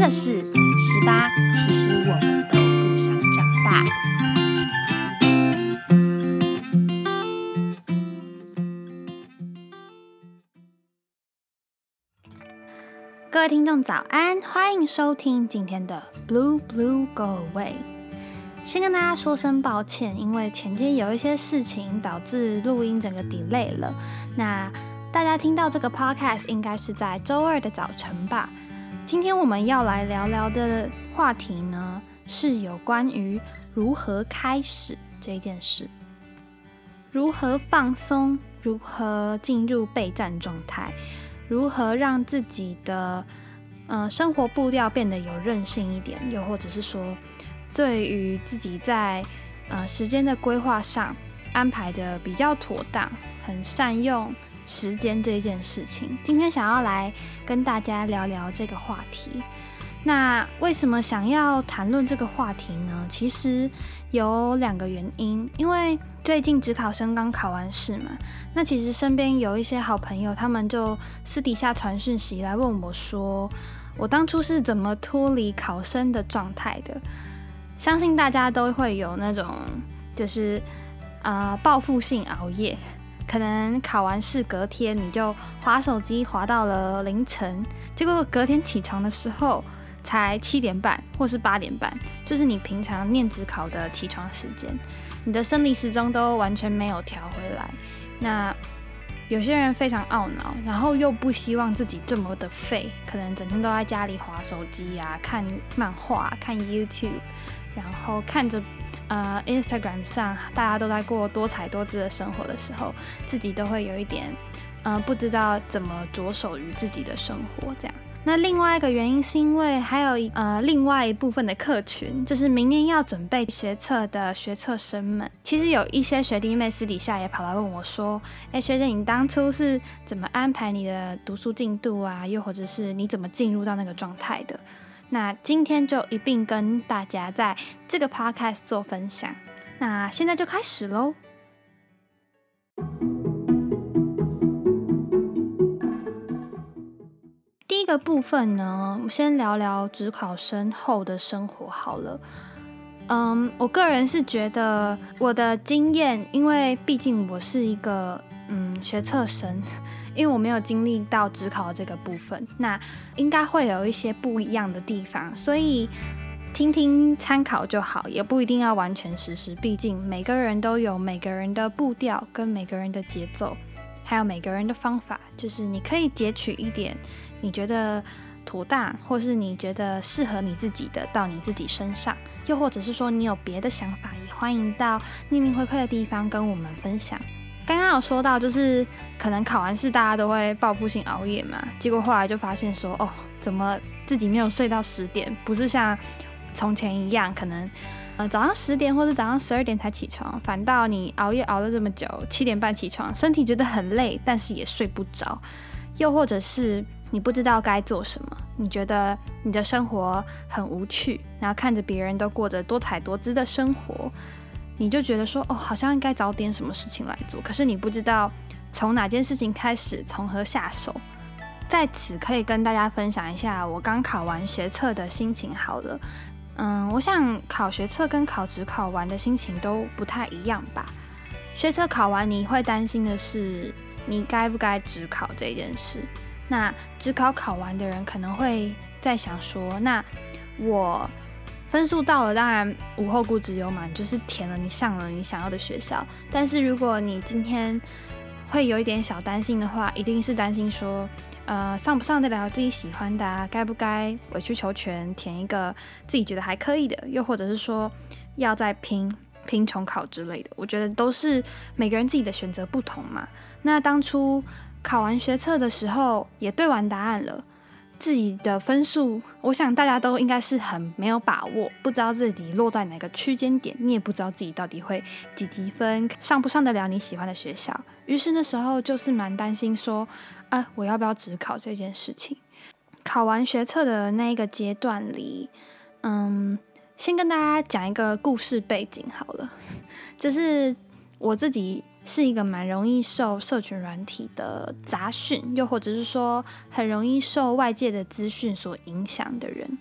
的是18，其实我们都不想长大。各位听众早安，欢迎收听今天的 Blue Blue Go Away。先跟大家说声抱歉，因为前天有一些事情导致录音整个 delay 了。那大家听到这个 podcast 应该是在周二的早晨吧。今天我们要来聊聊的话题呢，是有关于如何开始这件事，如何放松，如何进入备战状态，如何让自己的生活步调变得有韧性一点，又或者是说对于自己在时间的规划上安排的比较妥当，很善用时间这件事情。今天想要来跟大家聊聊这个话题。那为什么想要谈论这个话题呢？其实有2个原因。因为最近指考生刚考完试嘛，那其实身边有一些好朋友，他们就私底下传讯息来问我说，我当初是怎么脱离考生的状态的。相信大家都会有那种就是报复性熬夜，可能考完试隔天你就滑手机滑到了凌晨，结果隔天起床的时候才7点半或是8点半，就是你平常念指考的起床时间，你的生理时钟都完全没有调回来。那有些人非常懊恼，然后又不希望自己这么的废，可能整天都在家里滑手机啊，看漫画，看 YouTube， 然后看着Instagram 上大家都在过多彩多姿的生活的时候，自己都会有一点不知道怎么着手于自己的生活这样。那另外一个原因是因为还有另外一部分的客群，就是明年要准备学测的学测生们。其实有一些学弟妹私底下也跑来问我说，学姐你当初是怎么安排你的读书进度啊，又或者是你怎么进入到那个状态的。那今天就一并跟大家在这个 podcast 做分享。那现在就开始咯。第一个部分呢，我们先聊聊指考生后的生活好了。我个人是觉得我的经验，因为毕竟我是一个学测生，因为我没有经历到指考这个部分，那应该会有一些不一样的地方，所以听听参考就好，也不一定要完全实施，毕竟每个人都有每个人的步调跟每个人的节奏，还有每个人的方法，就是你可以截取一点你觉得妥当，或是你觉得适合你自己的到你自己身上，又或者是说你有别的想法，也欢迎到匿名回馈的地方跟我们分享。刚刚有说到就是可能考完试大家都会报复性熬夜嘛，结果后来就发现说怎么自己没有睡到10点，不是像从前一样可能早上10点或者早上12点才起床，反倒你熬夜熬了这么久，7点半起床，身体觉得很累，但是也睡不着。又或者是你不知道该做什么，你觉得你的生活很无趣，然后看着别人都过着多彩多姿的生活，你就觉得说好像应该找点什么事情来做，可是你不知道从哪件事情开始，从何下手。在此可以跟大家分享一下我刚考完学测的心情好了。我想考学测跟考指考完的心情都不太一样吧。学测考完你会担心的是你该不该指考这件事，那指考考完的人可能会在想说，那我分数到了，当然无后顾之忧嘛，你就是填了，你上了你想要的学校。但是如果你今天会有一点小担心的话，一定是担心说上不上得了自己喜欢的啊，该不该委曲求全填一个自己觉得还可以的，又或者是说要再拼重考之类的。我觉得都是每个人自己的选择不同嘛。那当初考完学测的时候也对完答案了，自己的分数我想大家都应该是很没有把握，不知道自己落在哪个区间点，你也不知道自己到底会几分，上不上得了你喜欢的学校。于是那时候就是蛮担心说我要不要指考这件事情。考完学测的那一个阶段里，先跟大家讲一个故事背景好了。就是我自己是一个蛮容易受社群软体的杂讯，又或者是说很容易受外界的资讯所影响的人。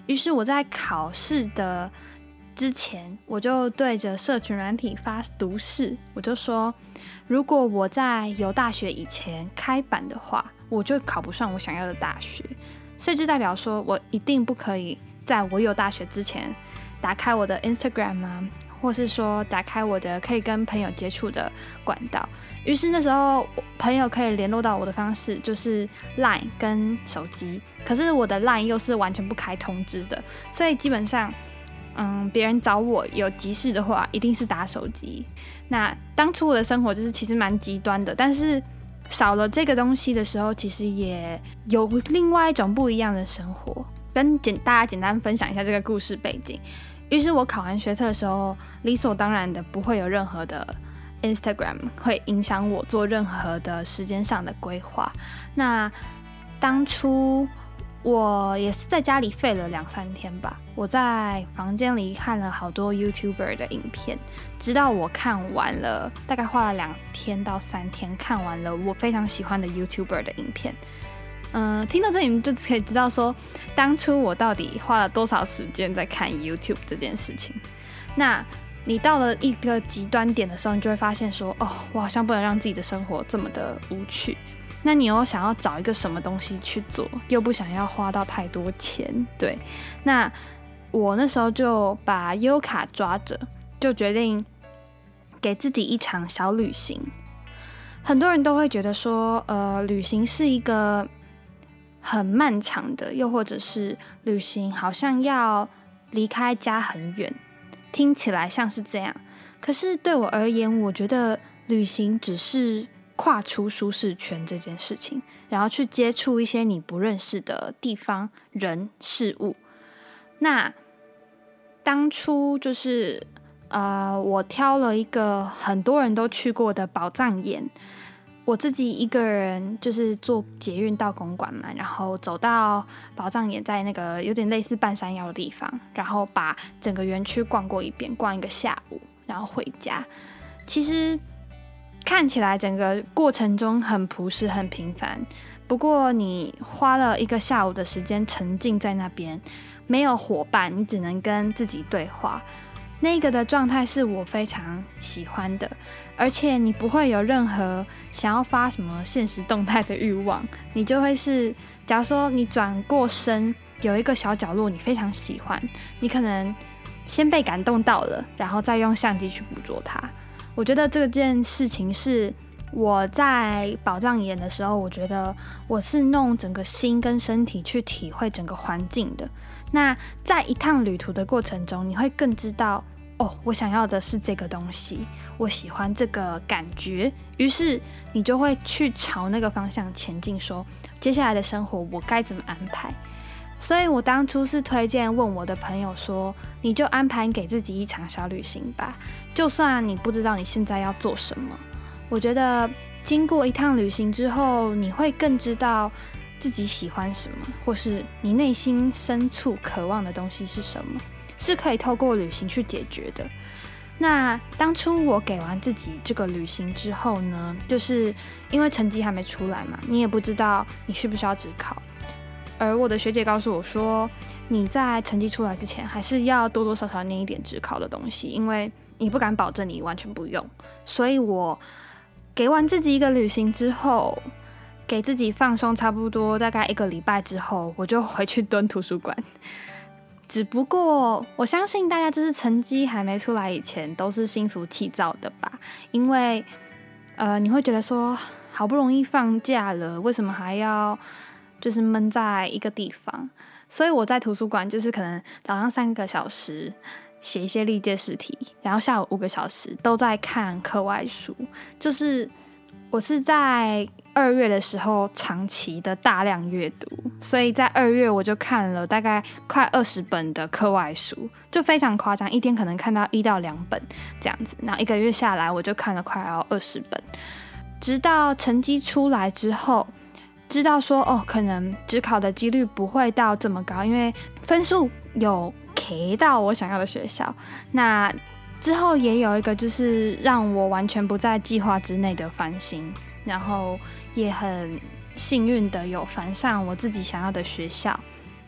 于是我在考试的之前，我就对着社群软体发毒誓，我就说，如果我在有大学以前开版的话，我就考不上我想要的大学。所以就代表说我一定不可以在我有大学之前打开我的 Instagram 啊，或是说打开我的可以跟朋友接触的管道。于是那时候朋友可以联络到我的方式就是 LINE 跟手机，可是我的 LINE 又是完全不开通知的，所以基本上别人找我有急事的话一定是打手机。那当初我的生活就是其实蛮极端的，但是少了这个东西的时候，其实也有另外一种不一样的生活。跟大家简单分享一下这个故事背景。于是我考完学测的时候，理所当然的不会有任何的 Instagram 会影响我做任何的时间上的规划。那当初我也是在家里废了2-3天吧，我在房间里看了好多 YouTuber 的影片，直到我看完了，大概花了2天到3天看完了我非常喜欢的 YouTuber 的影片。听到这里就可以知道说，当初我到底花了多少时间在看 YouTube 这件事情。那你到了一个极端点的时候，你就会发现说，我好像不能让自己的生活这么的无趣。那你又想要找一个什么东西去做，又不想要花到太多钱，对。那我那时候就把优卡抓着，就决定给自己一场小旅行。很多人都会觉得说，旅行是一个很漫长的，又或者是旅行好像要离开家很远，听起来像是这样。可是对我而言，我觉得旅行只是跨出舒适圈这件事情，然后去接触一些你不认识的地方、人、事物。那当初就是我挑了一个很多人都去过的宝藏岩，我自己一个人就是坐捷运到公馆嘛，然后走到宝藏岩，在那个有点类似半山腰的地方，然后把整个园区逛过一遍，逛一个下午，然后回家。其实看起来整个过程中很朴实很平凡，不过你花了一个下午的时间沉浸在那边，没有伙伴，你只能跟自己对话，那个的状态是我非常喜欢的。而且你不会有任何想要发什么现实动态的欲望，你就会是，假如说你转过身有一个小角落你非常喜欢，你可能先被感动到了，然后再用相机去捕捉它。我觉得这件事情是我在宝藏岩的时候，我觉得我是弄整个心跟身体去体会整个环境的。那在一趟旅途的过程中，你会更知道我想要的是这个东西，我喜欢这个感觉，于是你就会去朝那个方向前进，说接下来的生活我该怎么安排。所以我当初是推荐问我的朋友说，你就安排给自己一场小旅行吧，就算你不知道你现在要做什么，我觉得经过一趟旅行之后，你会更知道自己喜欢什么，或是你内心深处渴望的东西是什么，是可以透过旅行去解决的。那当初我给完自己这个旅行之后呢，就是因为成绩还没出来嘛，你也不知道你需不需要指考，而我的学姐告诉我说，你在成绩出来之前还是要多多少少念一点指考的东西，因为你不敢保证你完全不用。所以我给完自己一个旅行之后，给自己放松差不多大概1个礼拜之后，我就回去蹲图书馆。只不过我相信大家就是成绩还没出来以前都是心浮气躁的吧，因为你会觉得说好不容易放假了，为什么还要就是闷在一个地方。所以我在图书馆就是可能早上3个小时写一些历届试题，然后下午5个小时都在看课外书。就是我是在2月的时候长期的大量阅读，所以在2月我就看了大概快20本的课外书，就非常夸张，一天可能看到1到2本这样子。然后1个月下来我就看了快要20本，直到成绩出来之后知道说可能指考的几率不会到这么高，因为分数有给到我想要的学校。那之后也有一个就是让我完全不在计划之内的繁星，然后也很幸运的有繁上我自己想要的学校。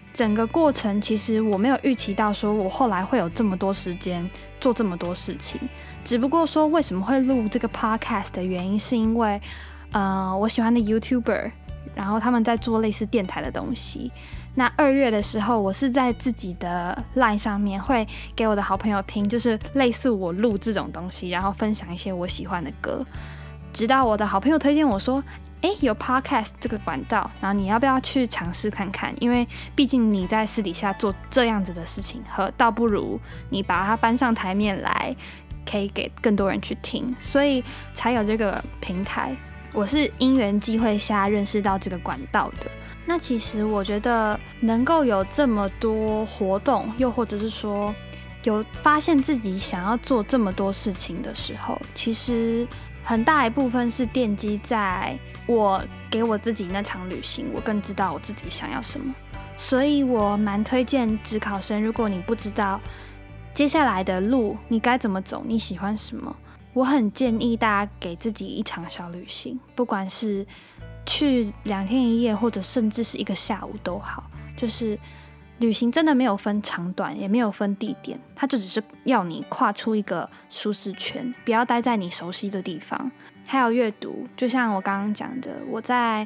整个过程其实我没有预期到说我后来会有这么多时间做这么多事情，只不过说为什么会录这个 podcast 的原因是因为我喜欢的 YouTuber， 然后他们在做类似电台的东西。那2月的时候，我是在自己的 LINE 上面会给我的好朋友听，就是类似我录这种东西，然后分享一些我喜欢的歌。直到我的好朋友推荐我说，有 podcast 这个管道，然后你要不要去尝试看看？因为毕竟你在私底下做这样子的事情，倒不如你把它搬上台面来，可以给更多人去听，所以才有这个平台。我是因缘际会下认识到这个管道的。那其实我觉得能够有这么多活动，又或者是说有发现自己想要做这么多事情的时候，其实很大一部分是奠基在我给我自己那场旅行，我更知道我自己想要什么。所以我蛮推荐指考生，如果你不知道接下来的路你该怎么走，你喜欢什么，我很建议大家给自己一场小旅行，不管是去2天1夜，或者甚至是1个下午都好。就是旅行真的没有分长短，也没有分地点，它就只是要你跨出一个舒适圈，不要待在你熟悉的地方。还有阅读，就像我刚刚讲的，我在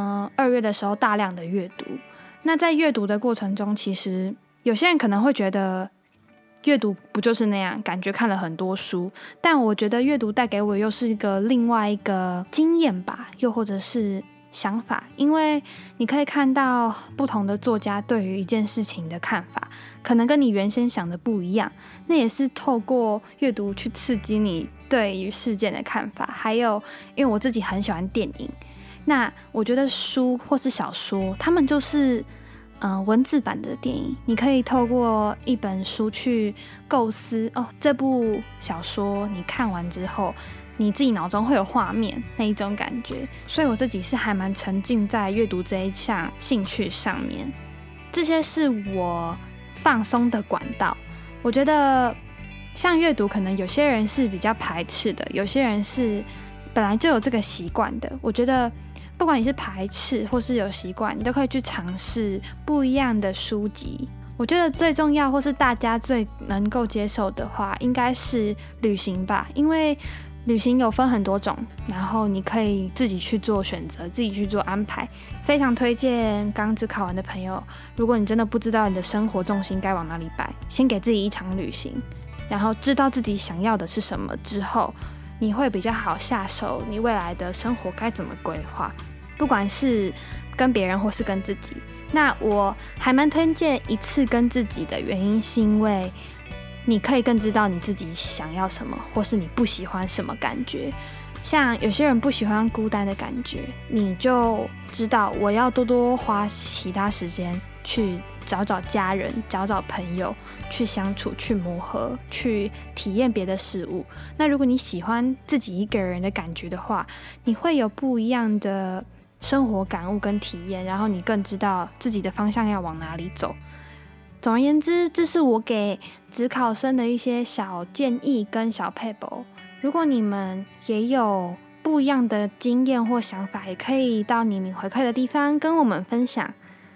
2月的时候大量的阅读。那在阅读的过程中，其实有些人可能会觉得阅读不就是那样，感觉看了很多书，但我觉得阅读带给我又是另外一个经验吧，又或者是想法。因为你可以看到不同的作家对于一件事情的看法，可能跟你原先想的不一样，那也是透过阅读去刺激你对于事件的看法。还有因为我自己很喜欢电影，那我觉得书或是小说，他们就是文字版的电影，你可以透过一本书去构思这部小说你看完之后，你自己脑中会有画面那一种感觉。所以我自己是还蛮沉浸在阅读这一项兴趣上面，这些是我放松的管道。我觉得像阅读，可能有些人是比较排斥的，有些人是本来就有这个习惯的。我觉得不管你是排斥或是有习惯，你都可以去尝试不一样的书籍。我觉得最重要或是大家最能够接受的话，应该是旅行吧。因为旅行有分很多种，然后你可以自己去做选择，自己去做安排。非常推荐刚只考完的朋友，如果你真的不知道你的生活重心该往哪里摆，先给自己一场旅行，然后知道自己想要的是什么之后，你会比较好下手，你未来的生活该怎么规划，不管是跟别人或是跟自己。那我还蛮推荐一次跟自己的原因，是因为你可以更知道你自己想要什么，或是你不喜欢什么感觉。像有些人不喜欢孤单的感觉，你就知道我要多多花其他时间去找找家人，找找朋友，去相处，去磨合，去体验别的事物。那如果你喜欢自己一个人的感觉的话，你会有不一样的生活感悟跟体验，然后你更知道自己的方向要往哪里走。总而言之，这是我给指考生的一些小建议跟小撇步。如果你们也有不一样的经验或想法，也可以到匿名回馈的地方跟我们分享。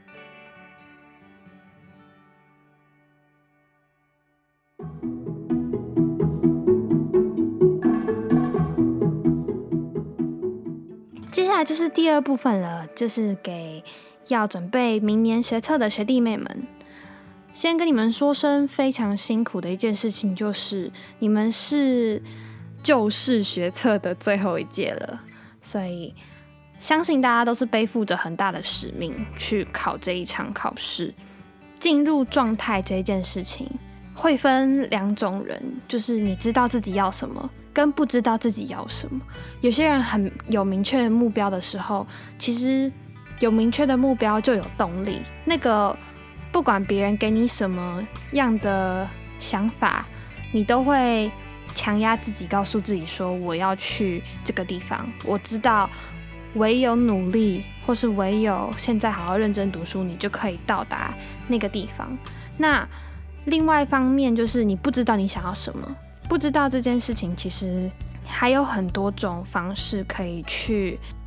接下来就是第2部分了，就是给要准备明年学测的学弟妹们。先跟你们说声非常辛苦的一件事情，就是你们是旧式学测的最后一届了，所以相信大家都是背负着很大的使命去考这一场考试。进入状态这一件事情会分2种人，就是你知道自己要什么跟不知道自己要什么。有些人很有明确的目标的时候，其实有明确的目标就有动力，那个不管别人给你什么样的想法，你都会强压自己，告诉自己说我要去这个地方。我知道唯有努力，或是唯有现在好好认真读书，你就可以到达那个地方。那另外一方面就是你不知道你想要什么，不知道这件事情其实还有很多种方式可以去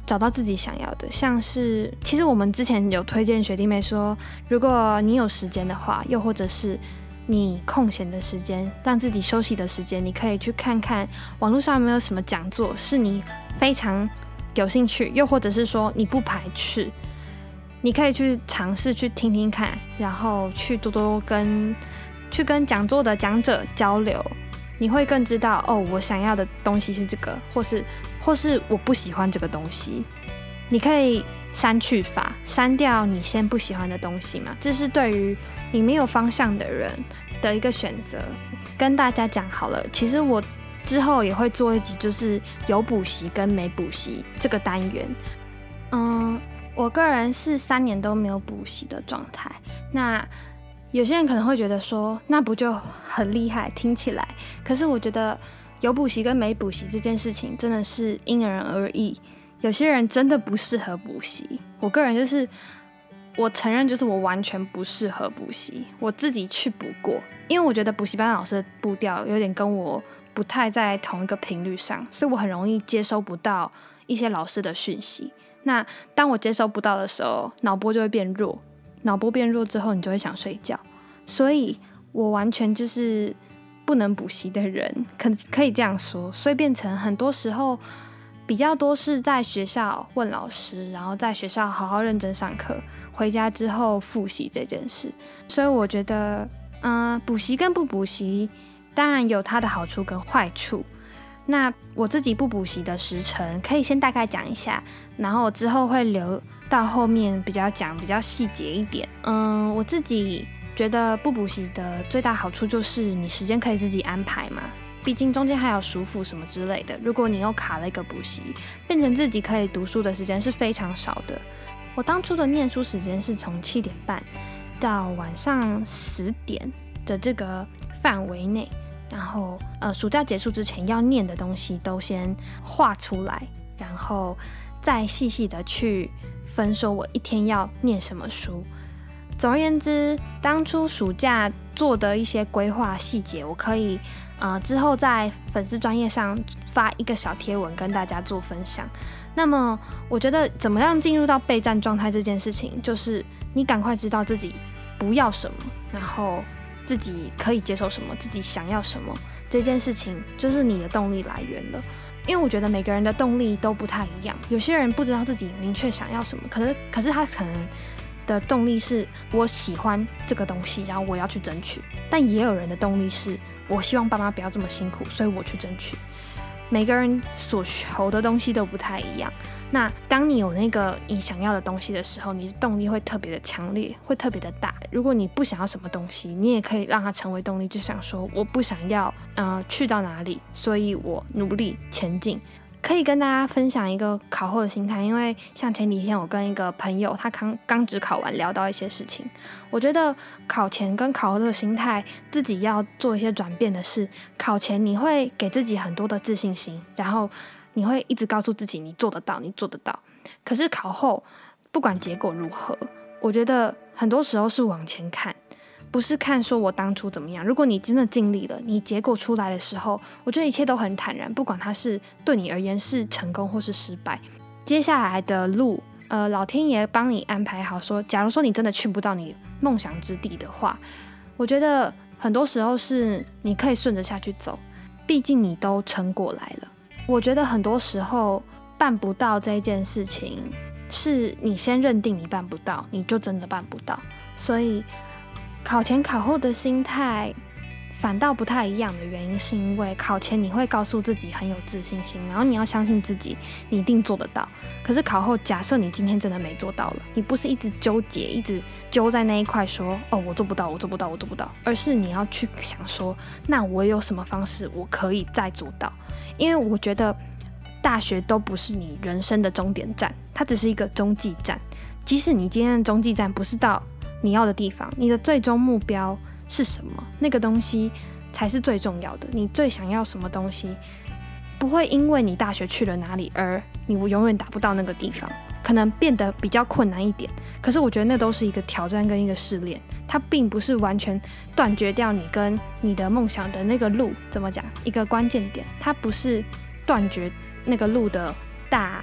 找到自己想要的。像是其实我们之前有推荐学弟妹说，如果你有时间的话，又或者是你空闲的时间，让自己休息的时间，你可以去看看网络上有没有什么讲座是你非常有兴趣，又或者是说你不排斥，你可以去尝试去听听看，然后去多多跟讲座的讲者交流，你会更知道哦，我想要的东西是这个，或是我不喜欢这个东西。你可以删去法，删掉你先不喜欢的东西嘛，这是对于你没有方向的人的一个选择。跟大家讲好了，其实我之后也会做一集，就是有补习跟没补习这个单元。我个人是3年都没有补习的状态。那有些人可能会觉得说，那不就很厉害，听起来。可是我觉得有补习跟没补习这件事情真的是因人而异。有些人真的不适合补习，我个人就是我承认，就是我完全不适合补习，我自己去补过，因为我觉得补习班老师的步调有点跟我不太在同一个频率上，所以我很容易接收不到一些老师的讯息。那当我接收不到的时候，脑波就会变弱，脑波变弱之后，你就会想睡觉，所以我完全就是不能补习的人，可以这样说。所以变成很多时候比较多是在学校问老师，然后在学校好好认真上课，回家之后复习这件事。所以我觉得补习跟不补习当然有它的好处跟坏处。那我自己不补习的时程可以先大概讲一下，然后之后会留到后面比较讲比较细节一点。我自己觉得不补习的最大好处就是你时间可以自己安排嘛，毕竟中间还有暑辅什么之类的，如果你又卡了一个补习，变成自己可以读书的时间是非常少的。我当初的念书时间是从7点半到晚上10点的这个范围内，然后暑假结束之前要念的东西都先画出来，然后再细细的去分说我一天要念什么书。总而言之，当初暑假做的一些规划细节，我可以之后在粉丝专页上发一个小贴文跟大家做分享。那么我觉得怎么样进入到备战状态这件事情，就是你赶快知道自己不要什么，然后自己可以接受什么，自己想要什么，这件事情就是你的动力来源了。因为我觉得每个人的动力都不太一样，有些人不知道自己明确想要什么，可是他可能的动力是我喜欢这个东西，然后我要去争取。但也有人的动力是我希望爸妈不要这么辛苦，所以我去争取。每个人所求的东西都不太一样。那当你有那个你想要的东西的时候，你的动力会特别的强烈，会特别的大。如果你不想要什么东西，你也可以让它成为动力，就想说我不想要去到哪里，所以我努力前进。可以跟大家分享一个考后的心态，因为像前几天我跟一个朋友，他刚只考完，聊到一些事情。我觉得考前跟考后的心态，自己要做一些转变的是，考前你会给自己很多的自信心，然后你会一直告诉自己你做得到，你做得到。可是考后不管结果如何，我觉得很多时候是往前看，不是看说我当初怎么样。如果你真的尽力了，你结果出来的时候，我觉得一切都很坦然，不管它是对你而言是成功或是失败，接下来的路老天爷帮你安排好说，假如说你真的去不到你梦想之地的话，我觉得很多时候是你可以顺着下去走，毕竟你都撑过来了。我觉得很多时候办不到这件事情，是你先认定你办不到，你就真的办不到。所以考前考后的心态反倒不太一样的原因，是因为考前你会告诉自己很有自信心，然后你要相信自己，你一定做得到。可是考后，假设你今天真的没做到了，你不是一直纠结，一直揪在那一块说哦我做不到，我做不到，我做不到，而是你要去想说，那我有什么方式我可以再做到？因为我觉得大学都不是你人生的终点站，它只是一个中继站。即使你今天的中继站不是到你要的地方，你的最终目标是什么？那个东西才是最重要的。你最想要什么东西，不会因为你大学去了哪里而你永远达不到那个地方，可能变得比较困难一点。可是我觉得那都是一个挑战跟一个试炼，它并不是完全断绝掉你跟你的梦想的那个路。怎么讲？一个关键点，它不是断绝那个路的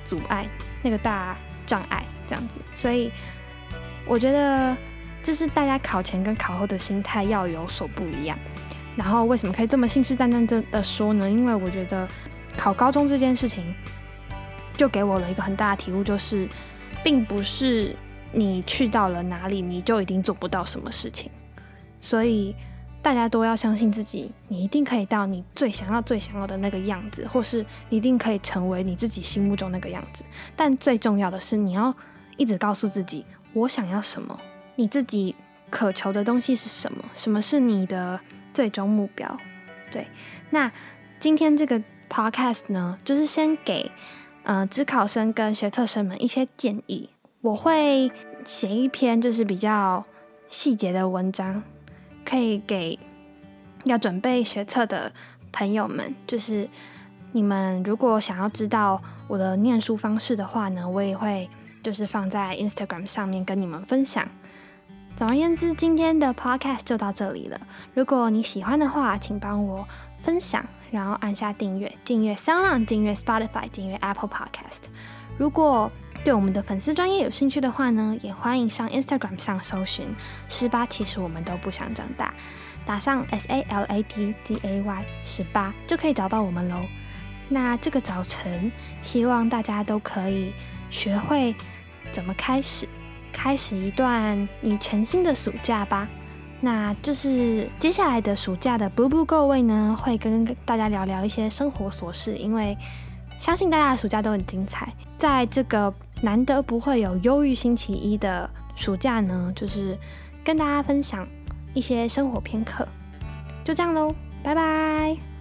阻碍、那个大障碍这样子。所以我觉得这是大家考前跟考后的心态要有所不一样。然后为什么可以这么信誓旦旦的说呢？因为我觉得考高中这件事情就给我了一个很大的体悟，就是并不是你去到了哪里你就一定做不到什么事情，所以大家都要相信自己，你一定可以到你最想要的那个样子，或是你一定可以成为你自己心目中那个样子。但最重要的是你要一直告诉自己我想要什么，你自己渴求的东西是什么，什么是你的最终目标。对，那今天这个 podcast 呢，就是先给指考生跟学测生们一些建议。我会写一篇就是比较细节的文章，可以给要准备学测的朋友们，就是你们如果想要知道我的念书方式的话呢，我也会就是放在 Instagram 上面跟你们分享。总而言之，今天的 podcast 就到这里了。如果你喜欢的话，请帮我分享，然后按下订阅SoundOn，订阅 Spotify， 订阅 Apple Podcast。如果对我们的粉丝专页有兴趣的话呢，也欢迎上 Instagram 上搜寻18其实我们都不想长大，打上 SALADDAY 18就可以找到我们咯。那这个早晨希望大家都可以学会怎么开始一段你全新的暑假吧。那就是接下来的暑假的 Blue Blue 购位呢，会跟大家聊聊一些生活琐事，因为相信大家的暑假都很精彩。在这个难得不会有忧郁星期一的暑假呢，就是跟大家分享一些生活片刻。就这样咯，拜拜。